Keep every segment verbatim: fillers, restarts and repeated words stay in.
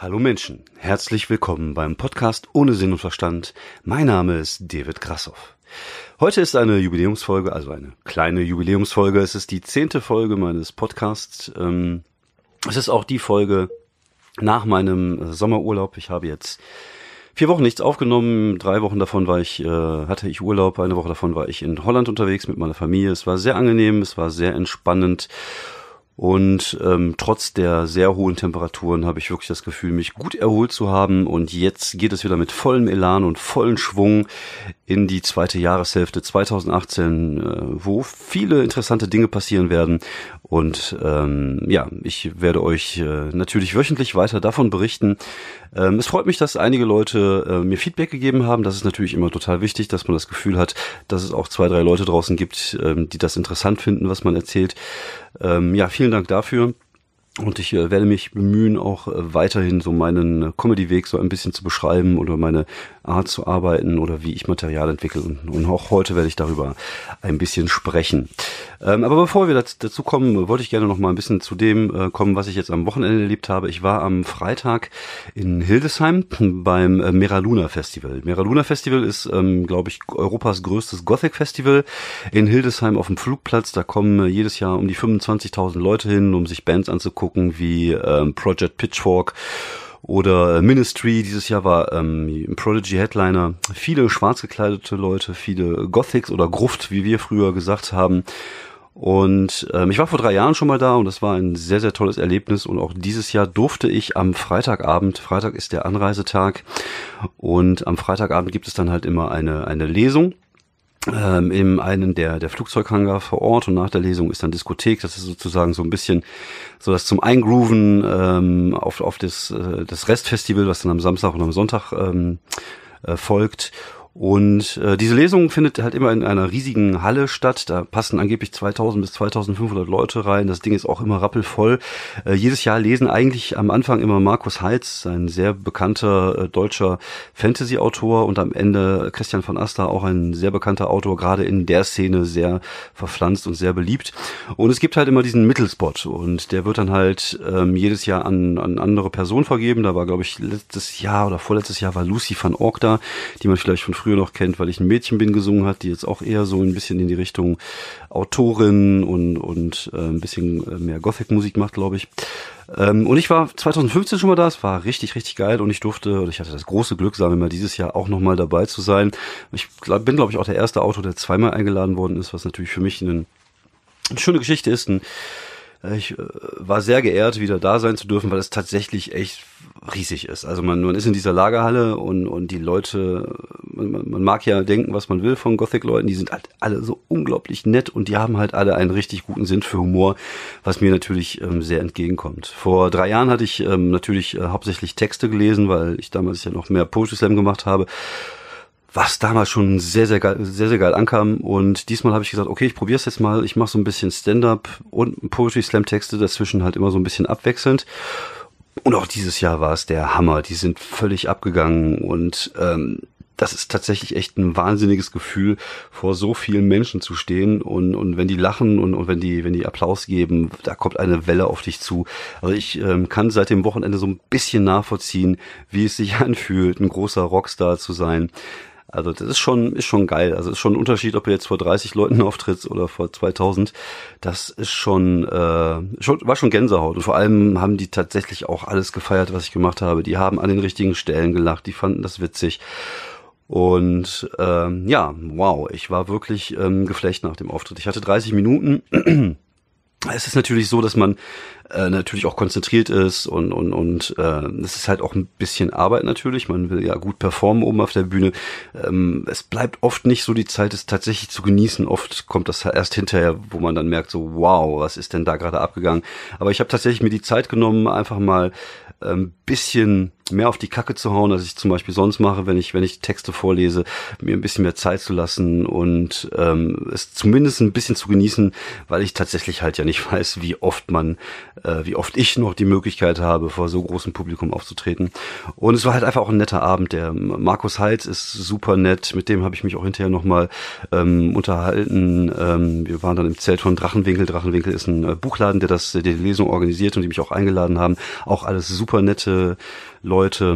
Hallo Menschen, herzlich willkommen beim Podcast Ohne Sinn und Verstand. Mein Name ist David Grassoff. Heute ist eine Jubiläumsfolge, also eine kleine Jubiläumsfolge. Es ist die zehnte Folge meines Podcasts. Es ist auch die Folge nach meinem Sommerurlaub. Ich habe jetzt vier Wochen nichts aufgenommen. Drei Wochen davon war ich, äh, hatte ich Urlaub. Eine Woche davon war ich in Holland unterwegs mit meiner Familie. Es war sehr angenehm, es war sehr entspannend. Und ähm, trotz der sehr hohen Temperaturen habe ich wirklich das Gefühl, mich gut erholt zu haben. Und jetzt geht es wieder mit vollem Elan und vollen Schwung in die zweite Jahreshälfte zwanzig achtzehn, äh, wo viele interessante Dinge passieren werden. Und ähm, ja, ich werde euch äh, natürlich wöchentlich weiter davon berichten. Ähm, es freut mich, dass einige Leute äh, mir Feedback gegeben haben. Das ist natürlich immer total wichtig, dass man das Gefühl hat, dass es auch zwei, drei Leute draußen gibt, ähm, die das interessant finden, was man erzählt. Ähm, ja, vielen Dank dafür. Und ich äh, werde mich bemühen, auch äh, weiterhin so meinen äh, Comedy-Weg so ein bisschen zu beschreiben oder meine Art zu arbeiten oder wie ich Material entwickle. Und, und auch heute werde ich darüber ein bisschen sprechen. Ähm, aber bevor wir das, dazu kommen, wollte ich gerne noch mal ein bisschen zu dem äh, kommen, was ich jetzt am Wochenende erlebt habe. Ich war am Freitag in Hildesheim beim äh, Meraluna Festival. Meraluna Festival ist, ähm, glaube ich, Europas größtes Gothic-Festival in Hildesheim auf dem Flugplatz. Da kommen äh, jedes Jahr um die fünfundzwanzigtausend Leute hin, um sich Bands anzugucken. Gucken wie ähm, Project Pitchfork oder Ministry. Dieses Jahr war ähm, Prodigy Headliner. Viele schwarz gekleidete Leute, viele Gothics oder Gruft, wie wir früher gesagt haben. Und ähm, ich war vor drei Jahren schon mal da und das war ein sehr, sehr tolles Erlebnis. Und auch dieses Jahr durfte ich am Freitagabend, Freitag ist der Anreisetag, und am Freitagabend gibt es dann halt immer eine eine Lesung. Ähm, in einen der der Flugzeughangar vor Ort, und nach der Lesung ist dann Diskothek. Das ist sozusagen so ein bisschen so das zum Eingrooven ähm, auf auf das äh, das Restfestival, was dann am Samstag und am Sonntag ähm, äh, folgt. Und äh, diese Lesung findet halt immer in einer riesigen Halle statt. Da passen angeblich zweitausend bis zweitausendfünfhundert Leute rein. Das Ding ist auch immer rappelvoll. Äh, jedes Jahr lesen eigentlich am Anfang immer Markus Heitz, ein sehr bekannter äh, deutscher Fantasy-Autor, und am Ende Christian von Aster, auch ein sehr bekannter Autor, gerade in der Szene sehr verpflanzt und sehr beliebt. Und es gibt halt immer diesen Mittelspot, und der wird dann halt ähm, jedes Jahr an an andere Personen vergeben. Da war, glaube ich, letztes Jahr oder vorletztes Jahr war Lucy van Ork da, die man vielleicht von früher noch kennt, weil ich ein Mädchen bin, gesungen hat, die jetzt auch eher so ein bisschen in die Richtung Autorin und und äh, ein bisschen mehr Gothic-Musik macht, glaube ich. Ähm, und ich war zwanzig fünfzehn schon mal da, es war richtig, richtig geil, und ich durfte, oder ich hatte das große Glück, sagen wir mal, dieses Jahr auch nochmal dabei zu sein. Ich glaub, bin, glaube ich, auch der erste Autor, der zweimal eingeladen worden ist, was natürlich für mich eine, eine schöne Geschichte ist. Ein, Ich äh, war sehr geehrt, wieder da sein zu dürfen, weil es tatsächlich echt riesig ist. Also man, man ist in dieser Lagerhalle, und, und die Leute, man, man mag ja denken, was man will von Gothic-Leuten, die sind halt alle so unglaublich nett, und die haben halt alle einen richtig guten Sinn für Humor, was mir natürlich ähm, sehr entgegenkommt. Vor drei Jahren hatte ich ähm, natürlich äh, hauptsächlich Texte gelesen, weil ich damals ja noch mehr Poetry Slam gemacht habe, was damals schon sehr, sehr geil, sehr, sehr geil ankam. Und diesmal habe ich gesagt, okay, ich probiere es jetzt mal. Ich mache so ein bisschen Stand-up und Poetry Slam Texte dazwischen, halt immer so ein bisschen abwechselnd. Und auch dieses Jahr war es der Hammer. Die sind völlig abgegangen, und ähm, das ist tatsächlich echt ein wahnsinniges Gefühl, vor so vielen Menschen zu stehen, und und wenn die lachen und, und wenn die wenn die Applaus geben, da kommt eine Welle auf dich zu. Also ich ähm, kann seit dem Wochenende so ein bisschen nachvollziehen, wie es sich anfühlt, ein großer Rockstar zu sein. Also das ist schon ist schon geil. Also es ist schon ein Unterschied, ob du jetzt vor dreißig Leuten auftrittst oder vor zweitausend. Das ist schon, äh, schon war schon Gänsehaut. Und vor allem haben die tatsächlich auch alles gefeiert, was ich gemacht habe. Die haben an den richtigen Stellen gelacht. Die fanden das witzig. Und ähm, ja, wow, ich war wirklich ähm, geflecht nach dem Auftritt. Ich hatte dreißig Minuten. Es ist natürlich so, dass man äh, natürlich auch konzentriert ist, und und und äh, es ist halt auch ein bisschen Arbeit natürlich. Man will ja gut performen oben auf der Bühne. Ähm, es bleibt oft nicht so die Zeit, es tatsächlich zu genießen. Oft kommt das erst hinterher, wo man dann merkt, so wow, was ist denn da gerade abgegangen? Aber ich habe tatsächlich mir die Zeit genommen, einfach mal ein ähm, bisschen mehr auf die Kacke zu hauen, als ich zum Beispiel sonst mache, wenn ich wenn ich Texte vorlese, mir ein bisschen mehr Zeit zu lassen und ähm, es zumindest ein bisschen zu genießen, weil ich tatsächlich halt ja nicht weiß, wie oft man, äh, wie oft ich noch die Möglichkeit habe, vor so großem Publikum aufzutreten. Und es war halt einfach auch ein netter Abend. Der Markus Heitz ist super nett, mit dem habe ich mich auch hinterher nochmal ähm, unterhalten. Ähm, wir waren dann im Zelt von Drachenwinkel. Drachenwinkel ist ein äh, Buchladen, der das, der die Lesung organisiert und die mich auch eingeladen haben. Auch alles super nette Leute.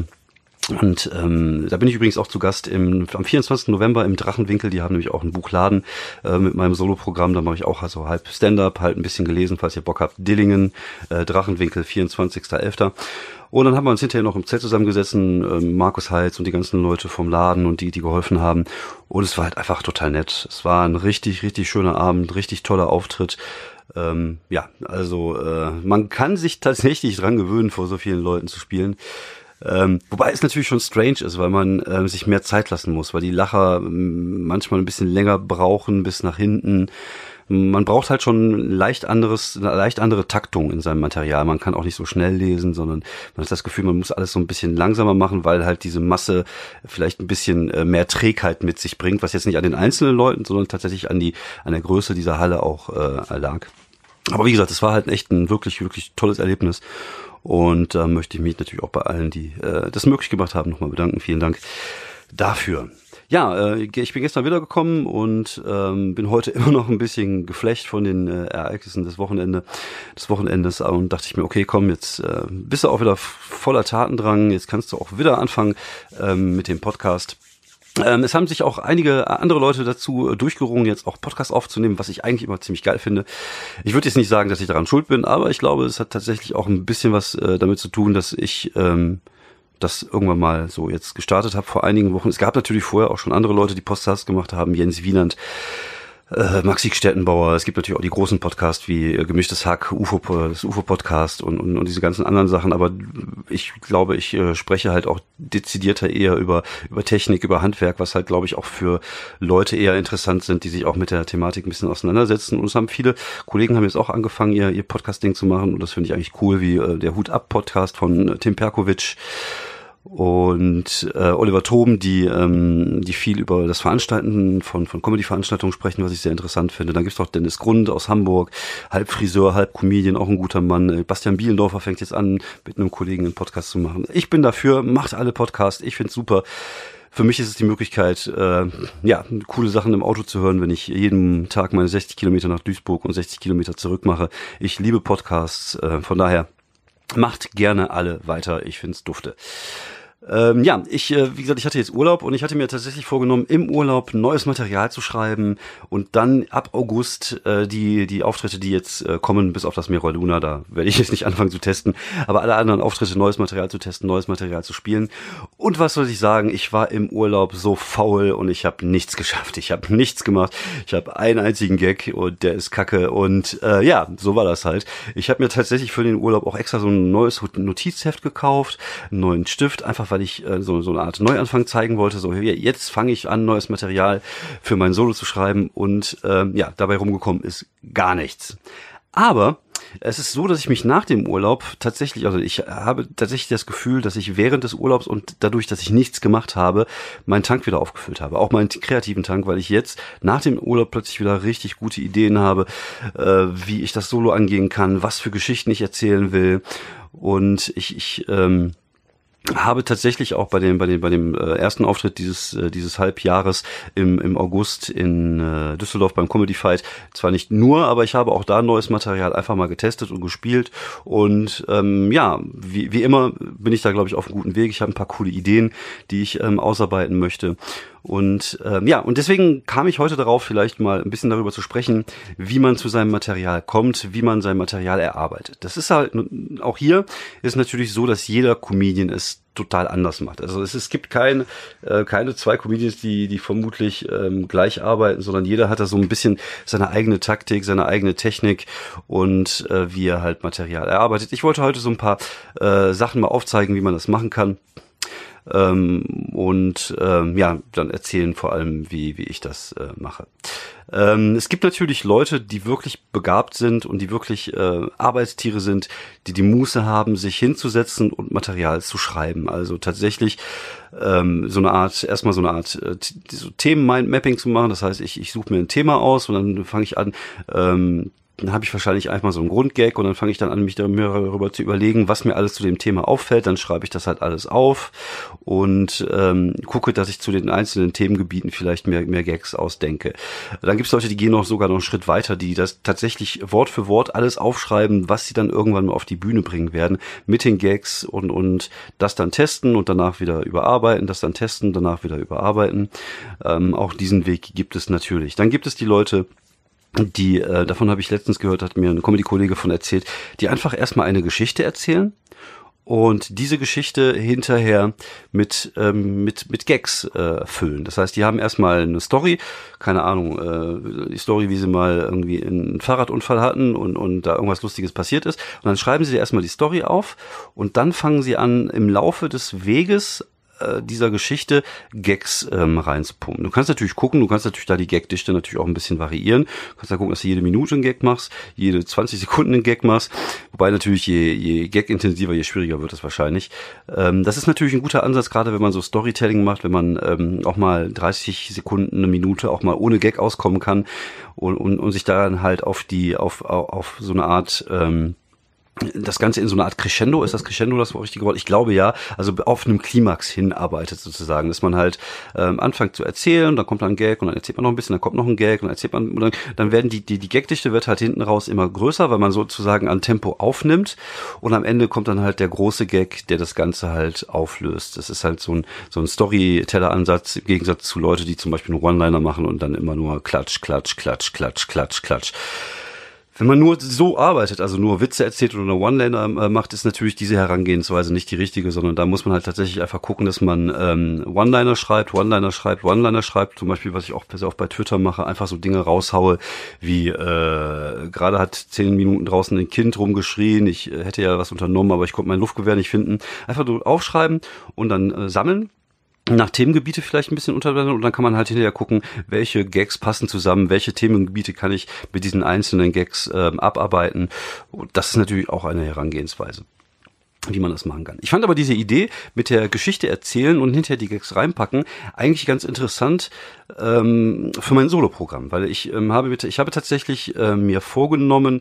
Und ähm, da bin ich übrigens auch zu Gast im, am vierundzwanzigsten November im Drachenwinkel. Die haben nämlich auch einen Buchladen äh, mit meinem Soloprogramm. Da mache ich auch also halb Stand-up, halt ein bisschen gelesen, falls ihr Bock habt. Dillingen, äh, Drachenwinkel, vierundzwanzigster elfter Und dann haben wir uns hinterher noch im Zelt zusammengesessen, äh, Markus Heitz und die ganzen Leute vom Laden und die, die geholfen haben. Und es war halt einfach total nett. Es war ein richtig, richtig schöner Abend, richtig toller Auftritt. Ähm, ja, also äh, man kann sich tatsächlich dran gewöhnen, vor so vielen Leuten zu spielen. Ähm, wobei es natürlich schon strange ist, weil man äh, sich mehr Zeit lassen muss, weil die Lacher ähm, manchmal ein bisschen länger brauchen bis nach hinten. Man braucht halt schon leicht anderes, eine leicht andere Taktung in seinem Material. Man kann auch nicht so schnell lesen, sondern man hat das Gefühl, man muss alles so ein bisschen langsamer machen, weil halt diese Masse vielleicht ein bisschen äh, mehr Trägheit mit sich bringt, was jetzt nicht an den einzelnen Leuten, sondern tatsächlich an die, an der Größe dieser Halle auch äh, lag. Aber wie gesagt, es war halt echt ein wirklich, wirklich tolles Erlebnis. Und da äh, möchte ich mich natürlich auch bei allen, die äh, das möglich gemacht haben, nochmal bedanken. Vielen Dank dafür. Ja, äh, ich bin gestern wiedergekommen und ähm, bin heute immer noch ein bisschen geflecht von den äh, Ereignissen des Wochenende, des Wochenendes und dachte ich mir, okay, komm, jetzt äh, bist du auch wieder voller Tatendrang, jetzt kannst du auch wieder anfangen ähm, mit dem Podcast. Ähm, es haben sich auch einige andere Leute dazu durchgerungen, jetzt auch Podcasts aufzunehmen, was ich eigentlich immer ziemlich geil finde. Ich würde jetzt nicht sagen, dass ich daran schuld bin, aber ich glaube, es hat tatsächlich auch ein bisschen was äh, damit zu tun, dass ich ähm, das irgendwann mal so jetzt gestartet habe vor einigen Wochen. Es gab natürlich vorher auch schon andere Leute, die Podcasts gemacht haben, Jens Wieland, äh, Maxi Stettenbauer. Es gibt natürlich auch die großen Podcasts wie äh, Gemischtes Hack, U F O, das U F O-Podcast und, und, und diese ganzen anderen Sachen. Aber ich glaube, ich äh, spreche halt auch dezidierter eher über über Technik, über Handwerk, was halt, glaube ich, auch für Leute eher interessant sind, die sich auch mit der Thematik ein bisschen auseinandersetzen. Und es haben viele Kollegen haben jetzt auch angefangen, ihr ihr Podcasting zu machen. Und das finde ich eigentlich cool, wie äh, der Hut-Ab-Podcast von äh, Tim Perkovic und äh, Oliver Toben, die ähm, die viel über das Veranstalten von von Comedy-Veranstaltungen sprechen, was ich sehr interessant finde. Dann gibt's noch Dennis Grund aus Hamburg, halb Friseur, halb Comedian, auch ein guter Mann. Bastian Bielendorfer fängt jetzt an, mit einem Kollegen einen Podcast zu machen. Ich bin dafür, macht alle Podcasts, ich find's super. Für mich ist es die Möglichkeit, äh, ja, coole Sachen im Auto zu hören, wenn ich jeden Tag meine sechzig Kilometer nach Duisburg und sechzig Kilometer zurück mache. Ich liebe Podcasts, äh, von daher macht gerne alle weiter, ich find's dufte. Ähm, ja, ich, äh, wie gesagt, ich hatte jetzt Urlaub und ich hatte mir tatsächlich vorgenommen, im Urlaub neues Material zu schreiben und dann ab August äh, die die Auftritte, die jetzt äh, kommen, bis auf das Meroy Luna, da werde ich jetzt nicht anfangen zu testen, aber alle anderen Auftritte, neues Material zu testen, neues Material zu spielen. Und was soll ich sagen, ich war im Urlaub so faul und ich habe nichts geschafft, ich habe nichts gemacht, ich habe einen einzigen Gag und der ist kacke und äh, ja, so war das halt. Ich habe mir tatsächlich für den Urlaub auch extra so ein neues Notizheft gekauft, einen neuen Stift, einfach weil ich äh, so, so eine Art Neuanfang zeigen wollte, so jetzt fange ich an, neues Material für mein Solo zu schreiben und ähm, ja, dabei rumgekommen ist gar nichts. Aber es ist so, dass ich mich nach dem Urlaub tatsächlich, also ich habe tatsächlich das Gefühl, dass ich während des Urlaubs und dadurch, dass ich nichts gemacht habe, meinen Tank wieder aufgefüllt habe. Auch meinen kreativen Tank, weil ich jetzt nach dem Urlaub plötzlich wieder richtig gute Ideen habe, äh, wie ich das Solo angehen kann, was für Geschichten ich erzählen will. Und ich, ich ähm, habe tatsächlich auch bei dem bei dem bei dem äh, ersten Auftritt dieses äh, dieses Halbjahres im im August in äh, Düsseldorf beim Comedy Fight zwar nicht nur, aber ich habe auch da neues Material einfach mal getestet und gespielt und ähm, ja, wie wie immer bin ich da, glaube ich, auf einem guten Weg. Ich habe ein paar coole Ideen, die ich ähm, ausarbeiten möchte. Und ähm, ja, und deswegen kam ich heute darauf, vielleicht mal ein bisschen darüber zu sprechen, wie man zu seinem Material kommt, wie man sein Material erarbeitet. Das ist halt, auch hier ist natürlich so, dass jeder Comedian es total anders macht. Also es, es gibt kein, äh, keine zwei Comedians, die die vermutlich ähm, gleich arbeiten, sondern jeder hat da so ein bisschen seine eigene Taktik, seine eigene Technik und äh, wie er halt Material erarbeitet. Ich wollte heute so ein paar äh, Sachen mal aufzeigen, wie man das machen kann. ähm, und ähm, ja, dann erzählen vor allem, wie wie ich das äh, mache. Ähm, es gibt natürlich Leute, die wirklich begabt sind und die wirklich äh, Arbeitstiere sind, die die Muße haben, sich hinzusetzen und Material zu schreiben. Also tatsächlich ähm, so eine Art, erstmal so eine Art äh, so Themen-Mindmapping zu machen. Das heißt, ich, ich suche mir ein Thema aus und dann fange ich an, ähm, dann habe ich wahrscheinlich einfach so einen Grundgag und dann fange ich dann an, mich darüber zu überlegen, was mir alles zu dem Thema auffällt. Dann schreibe ich das halt alles auf und ähm, gucke, dass ich zu den einzelnen Themengebieten vielleicht mehr, mehr Gags ausdenke. Dann gibt es Leute, die gehen noch sogar noch einen Schritt weiter, die das tatsächlich Wort für Wort alles aufschreiben, was sie dann irgendwann mal auf die Bühne bringen werden, mit den Gags und, und das dann testen und danach wieder überarbeiten, das dann testen, danach wieder überarbeiten. Ähm, auch diesen Weg gibt es natürlich. Dann gibt es die Leute, die, äh, davon habe ich letztens gehört, hat mir ein Comedy-Kollege von erzählt, die einfach erstmal eine Geschichte erzählen und diese Geschichte hinterher mit ähm, mit mit Gags äh, füllen. Das heißt, die haben erstmal eine Story, keine Ahnung, äh, die Story, wie sie mal irgendwie einen Fahrradunfall hatten und und da irgendwas Lustiges passiert ist. Und dann schreiben sie erstmal die Story auf und dann fangen sie an, im Laufe des Weges dieser Geschichte Gags ähm, reinzupumpen. Du kannst natürlich gucken, du kannst natürlich da die Gagdichte natürlich auch ein bisschen variieren. Du kannst da gucken, dass du jede Minute einen Gag machst, jede zwanzig Sekunden einen Gag machst. Wobei natürlich je, je Gag-intensiver, je schwieriger wird es wahrscheinlich. Ähm, das ist natürlich ein guter Ansatz, gerade wenn man so Storytelling macht, wenn man ähm, auch mal dreißig Sekunden, eine Minute auch mal ohne Gag auskommen kann und, und, und sich dann halt auf die, auf, auf, auf so eine Art ähm, das Ganze in so eine Art Crescendo, ist das Crescendo das richtige Wort? Ich glaube ja, also auf einem Klimax hinarbeitet sozusagen, dass man halt ähm, anfängt zu erzählen, dann kommt dann ein Gag und dann erzählt man noch ein bisschen, dann kommt noch ein Gag und dann erzählt man, und dann, dann werden die, die, die Gagdichte wird halt hinten raus immer größer, weil man sozusagen an Tempo aufnimmt und am Ende kommt dann halt der große Gag, der das Ganze halt auflöst. Das ist halt so ein, so ein Storyteller-Ansatz im Gegensatz zu Leute, die zum Beispiel einen One-Liner machen und dann immer nur Klatsch, Klatsch, Klatsch, Klatsch, Klatsch, Klatsch. Wenn man nur so arbeitet, also nur Witze erzählt oder eine One-Liner äh, macht, ist natürlich diese Herangehensweise nicht die richtige, sondern da muss man halt tatsächlich einfach gucken, dass man ähm, One-Liner schreibt, One-Liner schreibt, One-Liner schreibt. Zum Beispiel, was ich auch sehr oft bei Twitter mache, einfach so Dinge raushaue, wie äh, gerade hat zehn Minuten draußen ein Kind rumgeschrien, ich äh, hätte ja was unternommen, aber ich konnte mein Luftgewehr nicht finden. Einfach so aufschreiben und dann äh, sammeln. Nach Themengebiete vielleicht ein bisschen unterteilen und dann kann man halt hinterher gucken, welche Gags passen zusammen, welche Themengebiete kann ich mit diesen einzelnen Gags ähm, abarbeiten. Und das ist natürlich auch eine Herangehensweise, wie man das machen kann. Ich fand aber diese Idee mit der Geschichte erzählen und hinterher die Gags reinpacken eigentlich ganz interessant ähm, für mein Soloprogramm, weil ich ähm, habe bitte, ich habe tatsächlich äh, mir vorgenommen,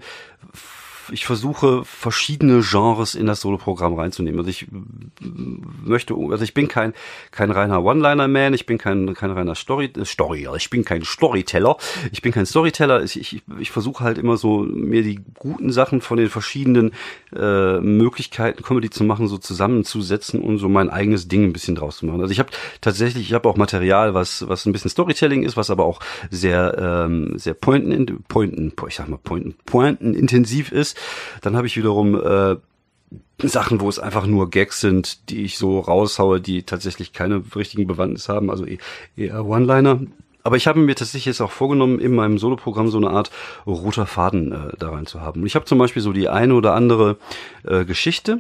ich versuche verschiedene Genres in das Soloprogramm reinzunehmen. Also ich möchte, also ich bin kein kein reiner One-Liner-Man, ich bin kein kein reiner Story äh, Story, ich bin kein Storyteller, ich bin kein Storyteller. Ich ich, ich versuche halt immer so mir die guten Sachen von den verschiedenen äh, Möglichkeiten Comedy zu machen, so zusammenzusetzen und so mein eigenes Ding ein bisschen draus zu machen. Also ich habe tatsächlich, ich habe auch Material, was was ein bisschen Storytelling ist, was aber auch sehr ähm, sehr Pointen Pointen, ich sag mal Pointen Pointen intensiv ist. Dann habe ich wiederum äh, Sachen, wo es einfach nur Gags sind, die ich so raushaue, die tatsächlich keine richtigen Bewandtnis haben, also eher One-Liner. Aber ich habe mir tatsächlich jetzt auch vorgenommen, in meinem Soloprogramm so eine Art roter Faden äh, da rein zu haben. Und ich habe zum Beispiel so die eine oder andere äh, Geschichte,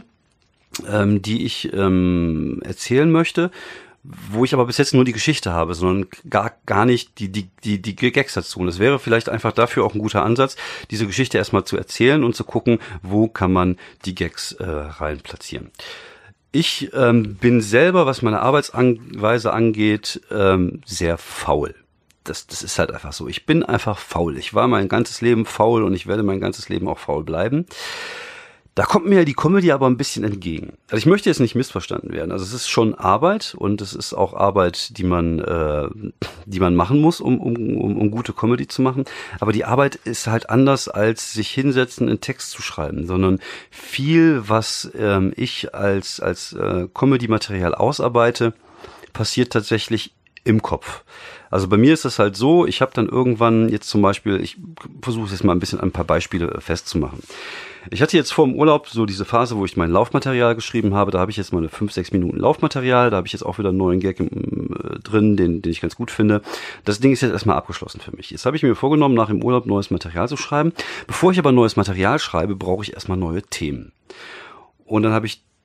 ähm, die ich ähm, erzählen möchte, wo ich aber bis jetzt nur die Geschichte habe, sondern gar gar nicht die die die die Gags dazu. Und es wäre vielleicht einfach dafür auch ein guter Ansatz, diese Geschichte erstmal zu erzählen und zu gucken, wo kann man die Gags äh, rein platzieren. Ich ähm, bin selber, was meine Arbeitsweise angeht, ähm, sehr faul. Das, das ist halt einfach so. Ich bin einfach faul. Ich war mein ganzes Leben faul und ich werde mein ganzes Leben auch faul bleiben. Da kommt mir die Comedy aber ein bisschen entgegen. Also ich möchte jetzt nicht missverstanden werden. Also es ist schon Arbeit und es ist auch Arbeit, die man, äh, die man machen muss, um, um, um, um gute Comedy zu machen. Aber die Arbeit ist halt anders, als sich hinsetzen, einen Text zu schreiben, sondern viel, was ähm, ich als als äh, Comedy-Material ausarbeite, passiert tatsächlich im Kopf. Also bei mir ist es halt so, ich habe dann irgendwann jetzt zum Beispiel, ich versuche es jetzt mal ein bisschen an ein paar Beispiele festzumachen. Ich hatte jetzt vor dem Urlaub so diese Phase, wo ich mein Laufmaterial geschrieben habe. Da habe ich jetzt mal eine fünf, sechs Minuten Laufmaterial. Da habe ich jetzt auch wieder einen neuen Gag im, äh, drin, den, den ich ganz gut finde. Das Ding ist jetzt erstmal abgeschlossen für mich. Jetzt habe ich mir vorgenommen, nach dem Urlaub neues Material zu schreiben. Bevor ich aber neues Material schreibe, brauche ich erstmal neue Themen. Und dann habe ich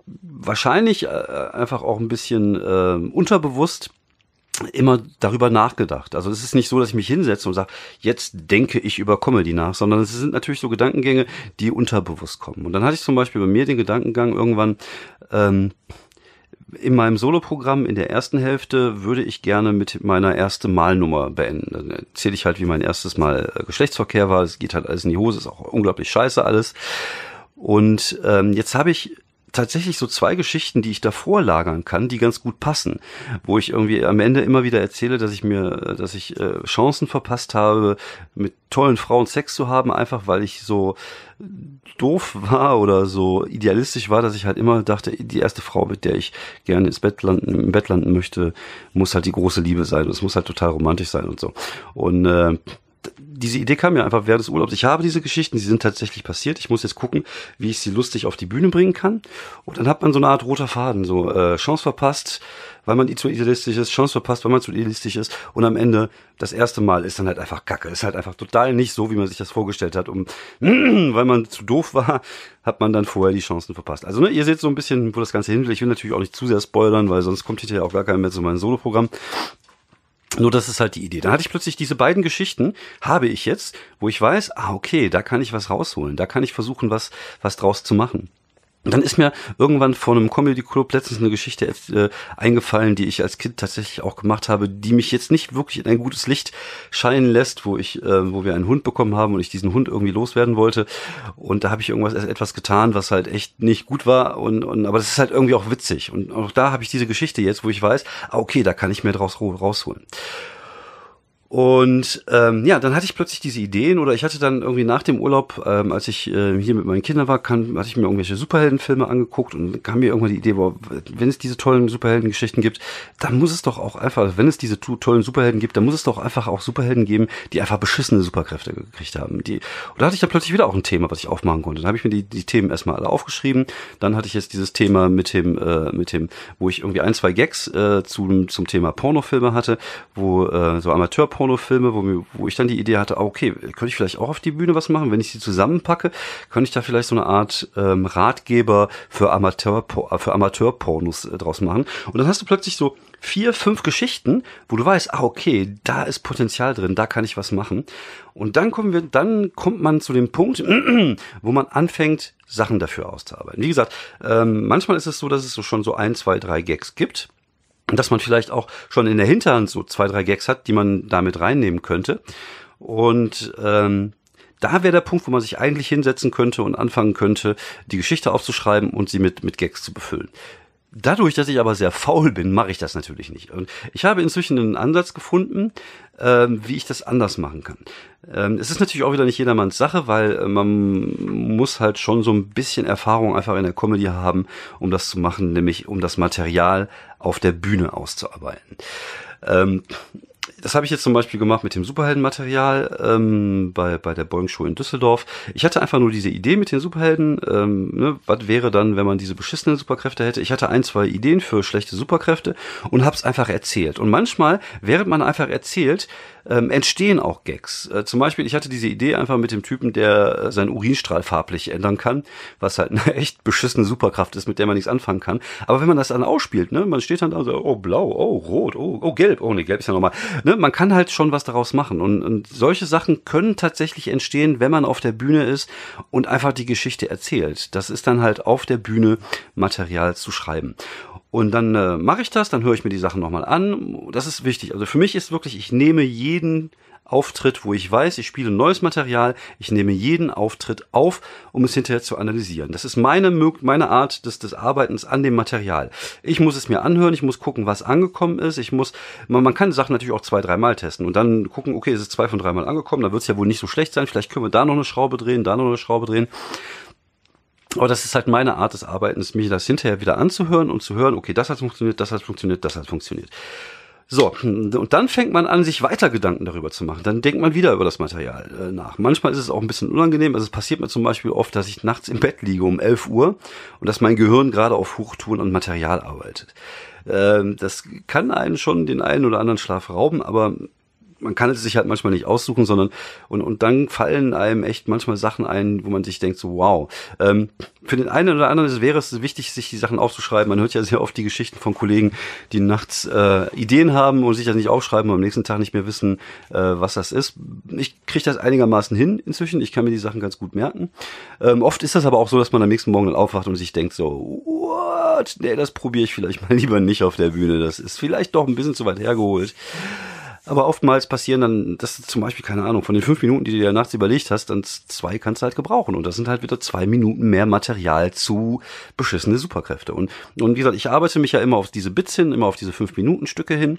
wahrscheinlich äh, einfach auch ein bisschen äh, unterbewusst immer darüber nachgedacht. Also es ist nicht so, dass ich mich hinsetze und sage, jetzt denke ich über Comedy nach, sondern es sind natürlich so Gedankengänge, die unterbewusst kommen. Und dann hatte ich zum Beispiel bei mir den Gedankengang irgendwann, ähm, in meinem Soloprogramm in der ersten Hälfte würde ich gerne mit meiner ersten Malnummer beenden. Dann erzähle ich halt, wie mein erstes Mal Geschlechtsverkehr war. Es geht halt alles in die Hose, ist auch unglaublich scheiße alles. Und ähm, jetzt habe ich tatsächlich so zwei Geschichten, die ich davor lagern kann, die ganz gut passen, wo ich irgendwie am Ende immer wieder erzähle, dass ich mir, dass ich äh, Chancen verpasst habe, mit tollen Frauen Sex zu haben, einfach weil ich so doof war oder so idealistisch war, dass ich halt immer dachte, die erste Frau, mit der ich gerne ins Bett landen, im Bett landen möchte, muss halt die große Liebe sein. Es muss halt total romantisch sein und so. Und äh, diese Idee kam mir einfach während des Urlaubs. Ich habe diese Geschichten, die sind tatsächlich passiert. Ich muss jetzt gucken, wie ich sie lustig auf die Bühne bringen kann. Und dann hat man so eine Art roter Faden, so äh, Chance verpasst, weil man zu idealistisch ist, Chance verpasst, weil man zu idealistisch ist. Und am Ende, das erste Mal ist dann halt einfach Kacke. Ist halt einfach total nicht so, wie man sich das vorgestellt hat. Und weil man zu doof war, hat man dann vorher die Chancen verpasst. Also ne, ihr seht so ein bisschen, wo das Ganze hin will. Ich will natürlich auch nicht zu sehr spoilern, weil sonst kommt hinterher auch gar keiner mehr zu meinem Soloprogramm. Nur das ist halt die Idee. Dann hatte ich plötzlich diese beiden Geschichten, habe ich jetzt, wo ich weiß, ah okay, da kann ich was rausholen, da kann ich versuchen, was was draus zu machen. Und dann ist mir irgendwann vor einem Comedy Club letztens eine Geschichte äh, eingefallen, die ich als Kind tatsächlich auch gemacht habe, die mich jetzt nicht wirklich in ein gutes Licht scheinen lässt, wo ich, äh, wo wir einen Hund bekommen haben und ich diesen Hund irgendwie loswerden wollte. Und da habe ich irgendwas etwas getan, was halt echt nicht gut war. Und, und aber das ist halt irgendwie auch witzig. Und auch da habe ich diese Geschichte jetzt, wo ich weiß, ah okay, da kann ich mehr draus rausholen. Und ähm, ja, dann hatte ich plötzlich diese Ideen oder ich hatte dann irgendwie nach dem Urlaub, ähm, als ich äh, hier mit meinen Kindern war, kann, hatte ich mir irgendwelche Superheldenfilme angeguckt und kam mir irgendwann die Idee, boah, wenn es diese tollen Superheldengeschichten gibt, dann muss es doch auch einfach, wenn es diese tollen Superhelden gibt, dann muss es doch einfach auch Superhelden geben, die einfach beschissene Superkräfte gekriegt haben. Die, und da hatte ich dann plötzlich wieder auch ein Thema, was ich aufmachen konnte. Dann habe ich mir die, die Themen erstmal alle aufgeschrieben. Dann hatte ich jetzt dieses Thema mit dem, äh, mit dem, wo ich irgendwie ein, zwei Gags äh, zum, zum Thema Pornofilme hatte, wo äh, so Amateurpornofilme, Pornofilme, wo, mir, wo ich dann die Idee hatte, okay, könnte ich vielleicht auch auf die Bühne was machen? Wenn ich sie zusammenpacke, könnte ich da vielleicht so eine Art ähm, Ratgeber für Amateur für Amateurpornos äh, draus machen. Und dann hast du plötzlich so vier, fünf Geschichten, wo du weißt, ah, okay, da ist Potenzial drin, da kann ich was machen. Und dann kommen wir, dann kommt man zu dem Punkt, wo man anfängt, Sachen dafür auszuarbeiten. Wie gesagt, ähm, manchmal ist es so, dass es so schon so ein, zwei, drei Gags gibt. Dass man vielleicht auch schon in der Hinterhand so zwei, drei Gags hat, die man damit reinnehmen könnte. Und ähm, da wäre der Punkt, wo man sich eigentlich hinsetzen könnte und anfangen könnte, die Geschichte aufzuschreiben und sie mit mit Gags zu befüllen. Dadurch, dass ich aber sehr faul bin, mache ich das natürlich nicht. Und ich habe inzwischen einen Ansatz gefunden, ähm, wie ich das anders machen kann. Ähm, es ist natürlich auch wieder nicht jedermanns Sache, weil äh, man muss halt schon so ein bisschen Erfahrung einfach in der Comedy haben, um das zu machen, nämlich um das Material auf der Bühne auszuarbeiten. Ähm, Das habe ich jetzt zum Beispiel gemacht mit dem Superheldenmaterial ähm, bei bei der Boeing Show in Düsseldorf. Ich hatte einfach nur diese Idee mit den Superhelden. Ähm, ne, was wäre dann, wenn man diese beschissenen Superkräfte hätte? Ich hatte ein, zwei Ideen für schlechte Superkräfte und habe es einfach erzählt. Und manchmal, während man einfach erzählt, ähm, entstehen auch Gags. Äh, zum Beispiel, ich hatte diese Idee einfach mit dem Typen, der äh, seinen Urinstrahl farblich ändern kann, was halt eine echt beschissene Superkraft ist, mit der man nichts anfangen kann. Aber wenn man das dann ausspielt, ne, man steht dann da so, oh blau, oh rot, oh, oh gelb, oh ne, gelb ist ja nochmal, ne, man kann halt schon was daraus machen. Und, und solche Sachen können tatsächlich entstehen, wenn man auf der Bühne ist und einfach die Geschichte erzählt. Das ist dann halt auf der Bühne Material zu schreiben. Und dann äh, mache ich das, dann höre ich mir die Sachen nochmal an. Das ist wichtig. Also für mich ist wirklich, ich nehme jeden Auftritt, wo ich weiß, ich spiele neues Material, ich nehme jeden Auftritt auf, um es hinterher zu analysieren. Das ist meine, meine Art des, des Arbeitens an dem Material. Ich muss es mir anhören, ich muss gucken, was angekommen ist. Ich muss, man, man kann Sachen natürlich auch zwei, dreimal testen und dann gucken, okay, es ist zwei von dreimal angekommen, dann wird es ja wohl nicht so schlecht sein. Vielleicht können wir da noch eine Schraube drehen, da noch eine Schraube drehen. Aber das ist halt meine Art des Arbeitens, mich das hinterher wieder anzuhören und zu hören, okay, das hat funktioniert, das hat funktioniert, das hat funktioniert. So, und dann fängt man an, sich weiter Gedanken darüber zu machen. Dann denkt man wieder über das Material äh, nach. Manchmal ist es auch ein bisschen unangenehm. Also es passiert mir zum Beispiel oft, dass ich nachts im Bett liege um elf Uhr und dass mein Gehirn gerade auf Hochtouren und Material arbeitet. Ähm, das kann einen schon den einen oder anderen Schlaf rauben, aber man kann es sich halt manchmal nicht aussuchen, sondern und und dann fallen einem echt manchmal Sachen ein, wo man sich denkt so wow. Ähm, für den einen oder anderen wäre es wichtig, sich die Sachen aufzuschreiben. Man hört ja sehr oft die Geschichten von Kollegen, die nachts äh, Ideen haben und sich das nicht aufschreiben und am nächsten Tag nicht mehr wissen, äh, was das ist. Ich kriege das einigermaßen hin inzwischen. Ich kann mir die Sachen ganz gut merken. Ähm, oft ist das aber auch so, dass man am nächsten Morgen dann aufwacht und sich denkt so, what? Nee, das probiere ich vielleicht mal lieber nicht auf der Bühne. Das ist vielleicht doch ein bisschen zu weit hergeholt. Aber oftmals passieren dann, das ist zum Beispiel, keine Ahnung, von den fünf Minuten, die du dir nachts überlegt hast, dann zwei kannst du halt gebrauchen. Und das sind halt wieder zwei Minuten mehr Material zu beschissene Superkräfte. Und, und wie gesagt, ich arbeite mich ja immer auf diese Bits hin, immer auf diese fünf Minuten Stücke hin.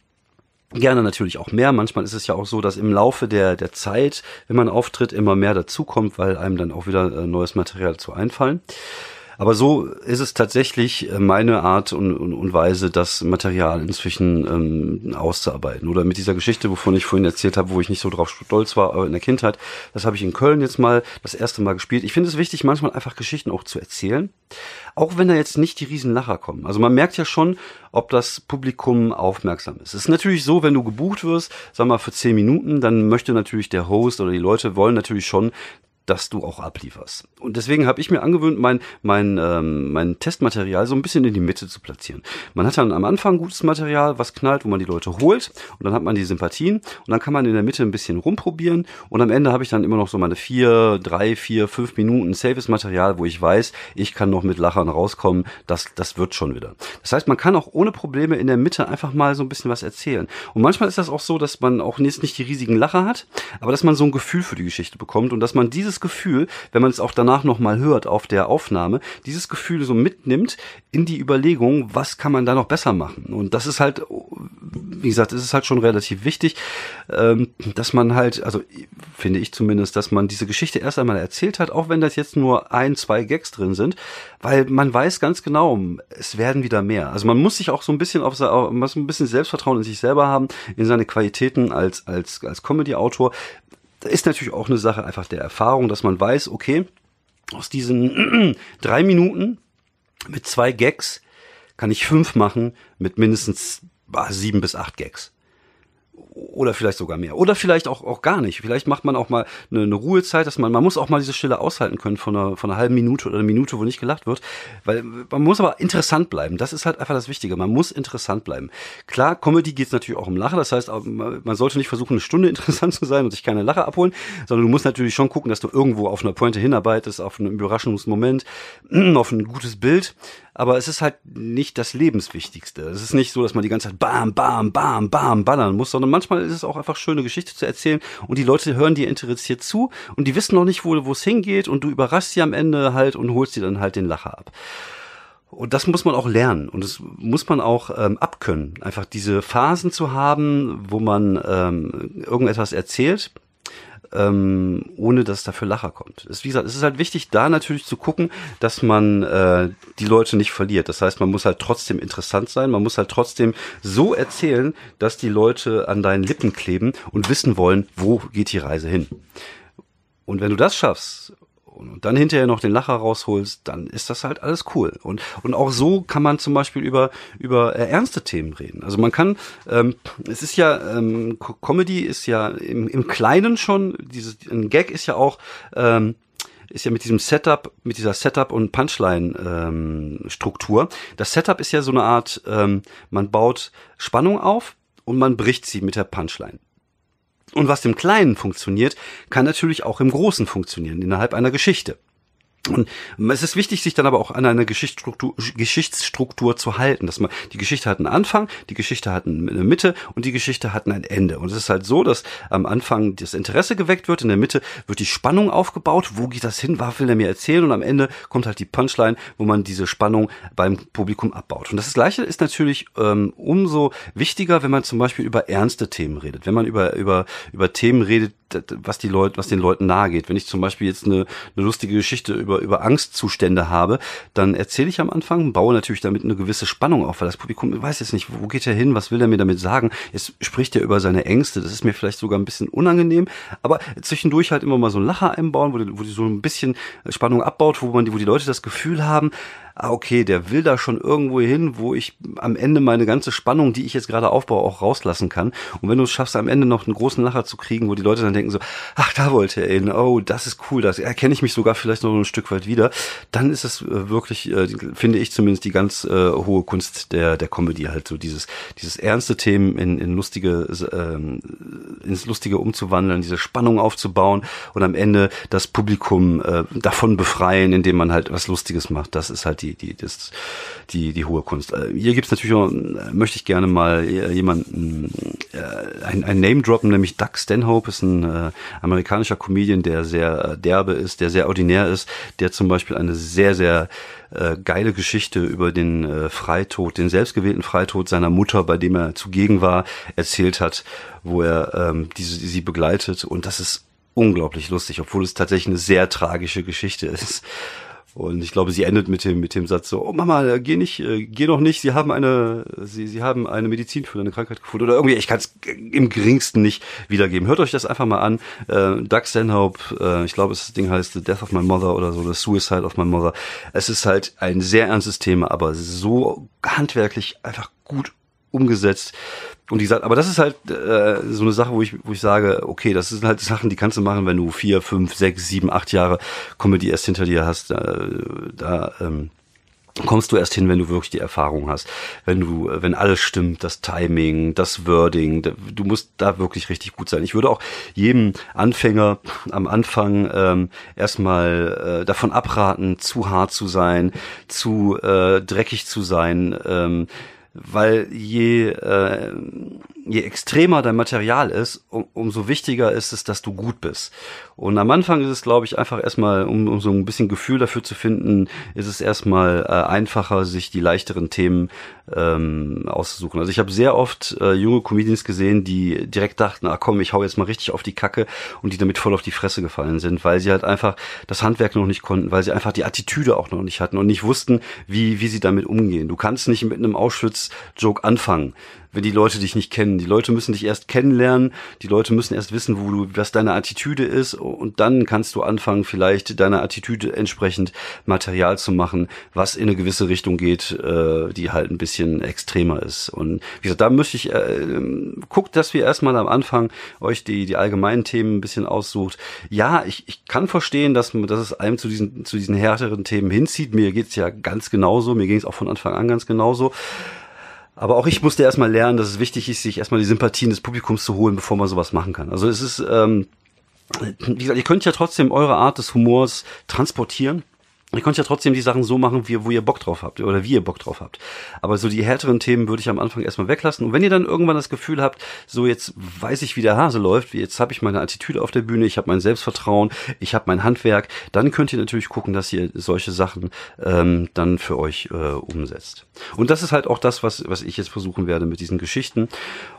Gerne natürlich auch mehr. Manchmal ist es ja auch so, dass im Laufe der, der Zeit, wenn man auftritt, immer mehr dazukommt, weil einem dann auch wieder äh, neues Material dazu einfallen. Aber so ist es tatsächlich meine Art und, und, und Weise, das Material inzwischen ähm, auszuarbeiten. Oder mit dieser Geschichte, wovon ich vorhin erzählt habe, wo ich nicht so drauf stolz war, aber in der Kindheit, das habe ich in Köln jetzt mal das erste Mal gespielt. Ich finde es wichtig, manchmal einfach Geschichten auch zu erzählen, auch wenn da jetzt nicht die Riesenlacher kommen. Also man merkt ja schon, ob das Publikum aufmerksam ist. Es ist natürlich so, wenn du gebucht wirst, sag mal für zehn Minuten, dann möchte natürlich der Host oder die Leute wollen natürlich schon, dass du auch ablieferst. Und deswegen habe ich mir angewöhnt, mein mein ähm, mein Testmaterial so ein bisschen in die Mitte zu platzieren. Man hat dann am Anfang gutes Material, was knallt, wo man die Leute holt und dann hat man die Sympathien und dann kann man in der Mitte ein bisschen rumprobieren und am Ende habe ich dann immer noch so meine vier, drei, vier, fünf Minuten safes Material, wo ich weiß, ich kann noch mit Lachern rauskommen, das das wird schon wieder. Das heißt, man kann auch ohne Probleme in der Mitte einfach mal so ein bisschen was erzählen. Und manchmal ist das auch so, dass man auch jetzt nicht die riesigen Lacher hat, aber dass man so ein Gefühl für die Geschichte bekommt und dass man dieses Gefühl, wenn man es auch danach nochmal hört auf der Aufnahme, dieses Gefühl so mitnimmt in die Überlegung, was kann man da noch besser machen. Und das ist halt, wie gesagt, es ist halt schon relativ wichtig, dass man halt, also finde ich zumindest, dass man diese Geschichte erst einmal erzählt hat, auch wenn das jetzt nur ein, zwei Gags drin sind, weil man weiß ganz genau, es werden wieder mehr. Also man muss sich auch so ein bisschen auf, man muss ein bisschen Selbstvertrauen in sich selber haben, in seine Qualitäten als, als, als Comedy-Autor. Da ist natürlich auch eine Sache einfach der Erfahrung, dass man weiß, okay, aus diesen drei Minuten mit zwei Gags kann ich fünf machen mit mindestens ah, sieben bis acht Gags. Oder vielleicht sogar mehr. Oder vielleicht auch, auch gar nicht. Vielleicht macht man auch mal eine, eine Ruhezeit, dass man, man muss auch mal diese Stille aushalten können von einer, von einer halben Minute oder einer Minute, wo nicht gelacht wird. Weil man muss aber interessant bleiben. Das ist halt einfach das Wichtige. Man muss interessant bleiben. Klar, Comedy geht es natürlich auch um Lachen. Das heißt, man sollte nicht versuchen, eine Stunde interessant zu sein und sich keine Lache abholen, sondern du musst natürlich schon gucken, dass du irgendwo auf einer Pointe hinarbeitest, auf einen Überraschungsmoment, auf ein gutes Bild. Aber es ist halt nicht das Lebenswichtigste. Es ist nicht so, dass man die ganze Zeit bam, bam, bam, bam ballern muss, sondern manchmal ist es auch einfach schön, eine Geschichte zu erzählen und die Leute hören dir interessiert zu und die wissen noch nicht, wo wo es hingeht und du überraschst sie am Ende halt und holst dir dann halt den Lacher ab. Und das muss man auch lernen und das muss man auch ähm, abkönnen. Einfach diese Phasen zu haben, wo man ähm, irgendetwas erzählt, Ähm, ohne dass dafür Lacher kommt. Es, wie gesagt, es ist halt wichtig, da natürlich zu gucken, dass man äh, die Leute nicht verliert. Das heißt, man muss halt trotzdem interessant sein, man muss halt trotzdem so erzählen, dass die Leute an deinen Lippen kleben und wissen wollen, wo geht die Reise hin. Und wenn du das schaffst und dann hinterher noch den Lacher rausholst, dann ist das halt alles cool. Und und auch so kann man zum Beispiel über über äh, ernste Themen reden. Also man kann, ähm, es ist ja, ähm, Comedy ist ja im, im Kleinen schon, dieses, ein Gag ist ja auch, ähm, ist ja mit diesem Setup, mit dieser Setup- und Punchline-Struktur. Ähm, das Setup ist ja so eine Art, ähm, man baut Spannung auf und man bricht sie mit der Punchline. Und was im Kleinen funktioniert, kann natürlich auch im Großen funktionieren, innerhalb einer Geschichte. Und es ist wichtig, sich dann aber auch an eine Geschichtsstruktur, Geschichtsstruktur zu halten, dass man, die Geschichte hat einen Anfang, die Geschichte hat eine Mitte und die Geschichte hat ein Ende. Und es ist halt so, dass am Anfang das Interesse geweckt wird, in der Mitte wird die Spannung aufgebaut, wo geht das hin, was will er mir erzählen und am Ende kommt halt die Punchline, wo man diese Spannung beim Publikum abbaut. Und das Gleiche ist natürlich ähm, umso wichtiger, wenn man zum Beispiel über ernste Themen redet, wenn man über, über, über Themen redet, was die Leute, was den Leuten nahe geht. Wenn ich zum Beispiel jetzt eine, eine lustige Geschichte über, über Angstzustände habe, dann erzähle ich am Anfang, baue natürlich damit eine gewisse Spannung auf, weil das Publikum weiß jetzt nicht, wo geht er hin, was will er mir damit sagen. Jetzt spricht er über seine Ängste, das ist mir vielleicht sogar ein bisschen unangenehm, aber zwischendurch halt immer mal so ein Lacher einbauen, wo die, wo die so ein bisschen Spannung abbaut, wo man die, wo die Leute das Gefühl haben, ah, okay, der will da schon irgendwo hin, wo ich am Ende meine ganze Spannung, die ich jetzt gerade aufbaue, auch rauslassen kann. Und wenn du es schaffst, am Ende noch einen großen Lacher zu kriegen, wo die Leute dann denken so, ach, da wollte er hin, oh, das ist cool, das erkenne ich mich sogar vielleicht noch ein Stück weit wieder, dann ist es äh, wirklich, äh, finde ich zumindest, die ganz äh, hohe Kunst der der Comedy, halt so dieses dieses ernste Themen in in lustige ähm, ins Lustige umzuwandeln, diese Spannung aufzubauen und am Ende das Publikum äh, davon befreien, indem man halt was Lustiges macht. Das ist halt die die das die die hohe Kunst. Äh, hier gibt's natürlich auch, äh, möchte ich gerne mal äh, jemanden äh, ein, ein Name droppen, nämlich Doug Stanhope ist ein äh, amerikanischer Comedian, der sehr äh, derbe ist, der sehr ordinär ist, der zum Beispiel eine sehr sehr äh, geile Geschichte über den äh, Freitod, den selbstgewählten Freitod seiner Mutter, bei dem er zugegen war, erzählt hat, wo er ähm, diese sie begleitet, und das ist unglaublich lustig, obwohl es tatsächlich eine sehr tragische Geschichte ist. Und ich glaube, sie endet mit dem mit dem Satz so: Oh Mama, geh nicht, äh, geh noch nicht. Sie haben eine, sie sie haben eine Medizin für deine Krankheit gefunden oder irgendwie. Ich kann es im geringsten nicht wiedergeben. Hört euch das einfach mal an. Äh, Doug Stanhope, äh, ich glaube, das Ding heißt The Death of My Mother oder so, The Suicide of My Mother. Es ist halt ein sehr ernstes Thema, aber so handwerklich einfach gut umgesetzt. Und die sagt, aber das ist halt äh, so eine Sache, wo ich wo ich sage, okay, das sind halt Sachen, die kannst du machen, wenn du vier, fünf, sechs, sieben, acht Jahre Comedy erst hinter dir hast. Da, da ähm, kommst du erst hin, wenn du wirklich die Erfahrung hast. Wenn du, wenn alles stimmt, das Timing, das Wording, da, du musst da wirklich richtig gut sein. Ich würde auch jedem Anfänger am Anfang ähm, erstmal äh, davon abraten, zu hart zu sein, zu äh, dreckig zu sein, ähm, weil je äh, je extremer dein Material ist, um, umso wichtiger ist es, dass du gut bist. Und am Anfang ist es, glaube ich, einfach erstmal, um, um so ein bisschen Gefühl dafür zu finden, ist es erstmal äh, einfacher, sich die leichteren Themen ähm, auszusuchen. Also ich habe sehr oft äh, junge Comedians gesehen, die direkt dachten, ah komm, ich hau jetzt mal richtig auf die Kacke, und die damit voll auf die Fresse gefallen sind, weil sie halt einfach das Handwerk noch nicht konnten, weil sie einfach die Attitüde auch noch nicht hatten und nicht wussten, wie wie sie damit umgehen. Du kannst nicht mit einem Auschwitz-Joke anfangen, wenn die Leute dich nicht kennen. Die Leute müssen dich erst kennenlernen, die Leute müssen erst wissen, wo du, was deine Attitüde ist, und dann kannst du anfangen, vielleicht deiner Attitüde entsprechend Material zu machen, was in eine gewisse Richtung geht, äh, die halt ein bisschen extremer ist. Und wie gesagt, da möchte ich, äh, guckt, dass wir erstmal am Anfang euch die die allgemeinen Themen ein bisschen aussucht. Ja, ich ich kann verstehen, dass dass es einem zu diesen zu diesen härteren Themen hinzieht. Mir geht's ja ganz genauso, mir ging es auch von Anfang an ganz genauso. Aber auch ich musste erstmal lernen, dass es wichtig ist, sich erstmal die Sympathien des Publikums zu holen, bevor man sowas machen kann. Also es ist, ähm, wie gesagt, ihr könnt ja trotzdem eure Art des Humors transportieren. Ihr könnt ja trotzdem die Sachen so machen, wie, wo ihr Bock drauf habt oder wie ihr Bock drauf habt. Aber so die härteren Themen würde ich am Anfang erstmal weglassen. Und wenn ihr dann irgendwann das Gefühl habt, so jetzt weiß ich, wie der Hase läuft, jetzt habe ich meine Attitüde auf der Bühne, ich habe mein Selbstvertrauen, ich habe mein Handwerk, dann könnt ihr natürlich gucken, dass ihr solche Sachen ähm, dann für euch äh, umsetzt. Und das ist halt auch das, was was ich jetzt versuchen werde mit diesen Geschichten.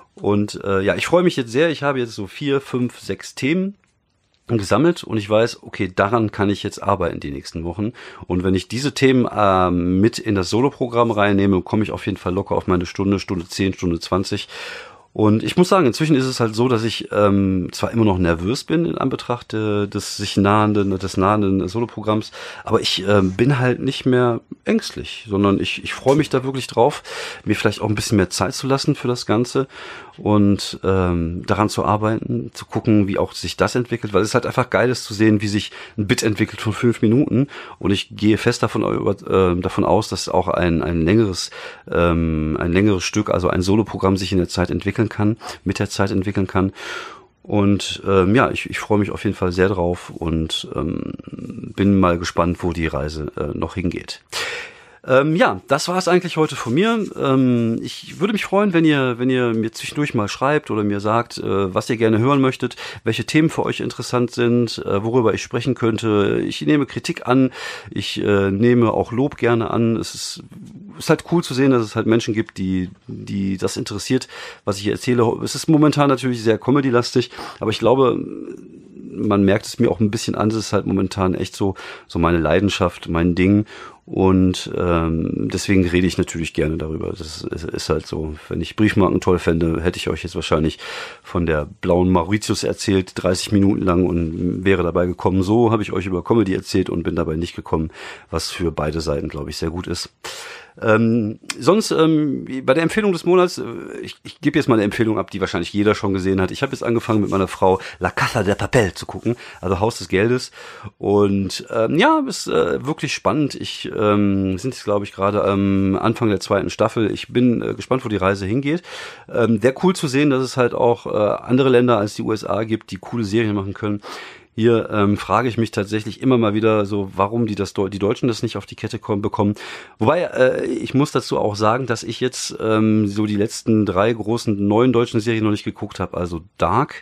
Und äh, ja, ich freue mich jetzt sehr. Ich habe jetzt so vier, fünf, sechs Themen gesammelt, und ich weiß, okay, daran kann ich jetzt arbeiten die nächsten Wochen. Und wenn ich diese Themen äh, mit in das Soloprogramm reinnehme, komme ich auf jeden Fall locker auf meine Stunde, Stunde zehn, Stunde zwanzig. Und ich muss sagen, inzwischen ist es halt so, dass ich ähm, zwar immer noch nervös bin in Anbetracht äh, des sich nahenden, des nahenden Soloprogramms, aber ich äh, bin halt nicht mehr ängstlich, sondern ich ich freue mich da wirklich drauf, mir vielleicht auch ein bisschen mehr Zeit zu lassen für das Ganze und ähm, daran zu arbeiten, zu gucken, wie auch sich das entwickelt, weil es halt einfach geil ist zu sehen, wie sich ein Bit entwickelt von fünf Minuten, und ich gehe fest davon äh, davon aus, dass auch ein ein längeres ähm, ein längeres Stück, also ein Soloprogramm, sich in der Zeit entwickeln kann, mit der Zeit entwickeln kann. Und ähm, ja, ich, ich freue mich auf jeden Fall sehr drauf und ähm, bin mal gespannt, wo die Reise äh, noch hingeht. Ähm, ja, das war es eigentlich heute von mir. Ähm, ich würde mich freuen, wenn ihr, wenn ihr mir zwischendurch mal schreibt oder mir sagt, äh, was ihr gerne hören möchtet, welche Themen für euch interessant sind, äh, worüber ich sprechen könnte. Ich nehme Kritik an, ich äh, nehme auch Lob gerne an. Es ist, ist halt cool zu sehen, dass es halt Menschen gibt, die, die das interessiert, was ich hier erzähle. Es ist momentan natürlich sehr Comedy-lastig, aber ich glaube, man merkt es mir auch ein bisschen an, es ist halt momentan echt so, so meine Leidenschaft, mein Ding. Und ähm, deswegen rede ich natürlich gerne darüber. Das ist, ist halt so. Wenn ich Briefmarken toll fände, hätte ich euch jetzt wahrscheinlich von der blauen Mauritius erzählt, dreißig Minuten lang, und wäre dabei gekommen. So habe ich euch über Comedy erzählt und bin dabei nicht gekommen, was für beide Seiten, glaube ich, sehr gut ist. Ähm, sonst, ähm, bei der Empfehlung des Monats, äh, ich, ich gebe jetzt mal eine Empfehlung ab, die wahrscheinlich jeder schon gesehen hat. Ich habe jetzt angefangen, mit meiner Frau La Casa de Papel zu gucken, also Haus des Geldes. Und ähm, ja, ist äh, wirklich spannend. Ich ähm, sind jetzt, glaube ich, gerade am Anfang der zweiten Staffel. Ich bin äh, gespannt, wo die Reise hingeht. Ähm, der cool zu sehen, dass es halt auch äh, andere Länder als die U S A gibt, die coole Serien machen können. Hier ähm, frage ich mich tatsächlich immer mal wieder so, warum die das die Deutschen das nicht auf die Kette kommen, bekommen. Wobei, äh, ich muss dazu auch sagen, dass ich jetzt ähm, so die letzten drei großen neuen deutschen Serien noch nicht geguckt habe. Also Dark,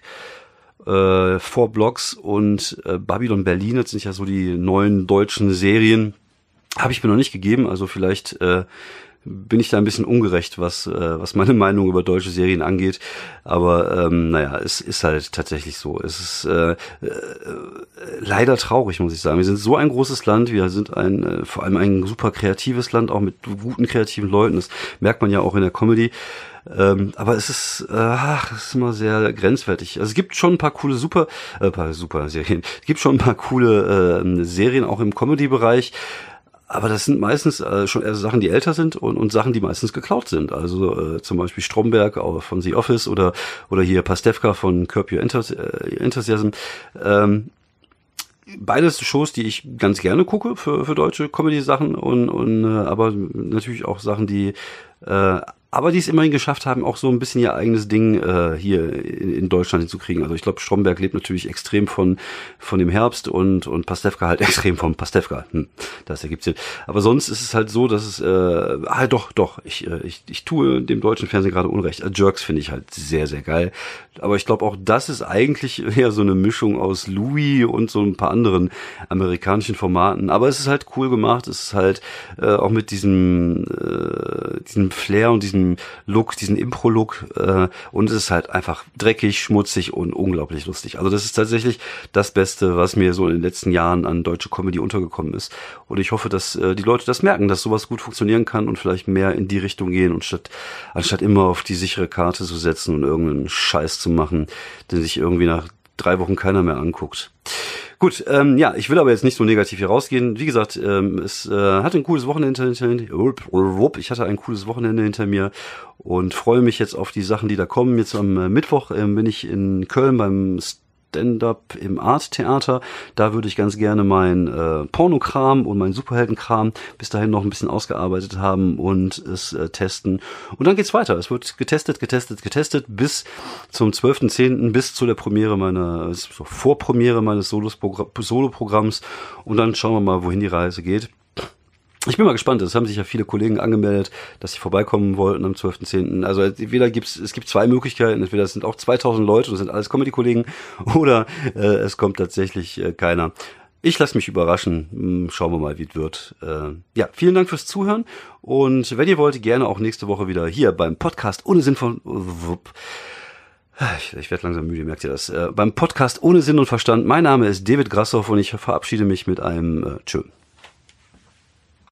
äh, Four Blocks und äh, Babylon Berlin, das sind ja so die neuen deutschen Serien. Habe ich mir noch nicht gegeben, also vielleicht äh, bin ich da ein bisschen ungerecht, was äh, was meine Meinung über deutsche Serien angeht. Aber ähm, naja, es ist halt tatsächlich so. Es ist äh, äh, leider traurig, muss ich sagen. Wir sind so ein großes Land, wir sind ein äh, vor allem ein super kreatives Land, auch mit guten kreativen Leuten. Das merkt man ja auch in der Comedy. Ähm, aber es ist, äh, ach, es ist immer sehr grenzwertig. Also es gibt schon ein paar coole super, äh, paar super Serien. Es gibt schon ein paar coole äh, Serien auch im Comedy-Bereich. Aber das sind meistens äh, schon eher Sachen, die älter sind und, und Sachen, die meistens geklaut sind. Also äh, zum Beispiel Stromberg auch von The Office oder oder hier Pastewka von Curb Your Enthusi- äh, Enthusiasm. Ähm, beides Shows, die ich ganz gerne gucke für für deutsche Comedy-Sachen und und äh, aber natürlich auch Sachen, die äh, aber die es immerhin geschafft haben, auch so ein bisschen ihr eigenes Ding äh, hier in, in Deutschland hinzukriegen. Also ich glaube, Stromberg lebt natürlich extrem von von dem Herbst und und Pastewka halt extrem vom Pastewka. Hm, das ergibt Sinn. Aber sonst ist es halt so, dass es äh, ah doch doch ich äh, ich ich tue dem deutschen Fernsehen gerade Unrecht. Äh, Jerks finde ich halt sehr sehr geil. Aber ich glaube auch, das ist eigentlich eher so eine Mischung aus Louis und so ein paar anderen amerikanischen Formaten. Aber es ist halt cool gemacht. Es ist halt äh, auch mit diesem äh, diesem Flair und diesem Look, diesen Impro-Look, äh, und es ist halt einfach dreckig, schmutzig und unglaublich lustig. Also das ist tatsächlich das Beste, was mir so in den letzten Jahren an deutsche Comedy untergekommen ist. Und ich hoffe, dass äh, die Leute das merken, dass sowas gut funktionieren kann und vielleicht mehr in die Richtung gehen und statt anstatt immer auf die sichere Karte zu setzen und irgendeinen Scheiß zu machen, den sich irgendwie nach drei Wochen keiner mehr anguckt. Gut, ähm, ja, ich will aber jetzt nicht so negativ hier rausgehen. Wie gesagt, ähm, es äh, hatte ein cooles Wochenende hinter mir. Ich hatte ein cooles Wochenende hinter mir und freue mich jetzt auf die Sachen, die da kommen. Jetzt am äh, Mittwoch ähm, bin ich in Köln beim Stand-up im Art-Theater. Da würde ich ganz gerne mein äh, Pornokram und mein Superheldenkram bis dahin noch ein bisschen ausgearbeitet haben und es äh, testen. Und dann geht's weiter. Es wird getestet, getestet, getestet bis zum zwölften zehnten, bis zu der Premiere meiner, so Vorpremiere meines Solo-Programms. Und dann schauen wir mal, wohin die Reise geht. Ich bin mal gespannt, es haben sich ja viele Kollegen angemeldet, dass sie vorbeikommen wollten am zwölften zehnten. Also entweder gibt's, es gibt zwei Möglichkeiten, entweder es sind auch zweitausend Leute, das sind alles Comedy-Kollegen, oder äh, es kommt tatsächlich äh, keiner. Ich lasse mich überraschen, schauen wir mal, wie es wird. Äh, ja, vielen Dank fürs Zuhören und wenn ihr wollt, gerne auch nächste Woche wieder hier beim Podcast ohne Sinn von... Ich, ich werde langsam müde, merkt ihr das? Äh, beim Podcast ohne Sinn und Verstand. Mein Name ist David Grassoff und ich verabschiede mich mit einem äh, Tschö.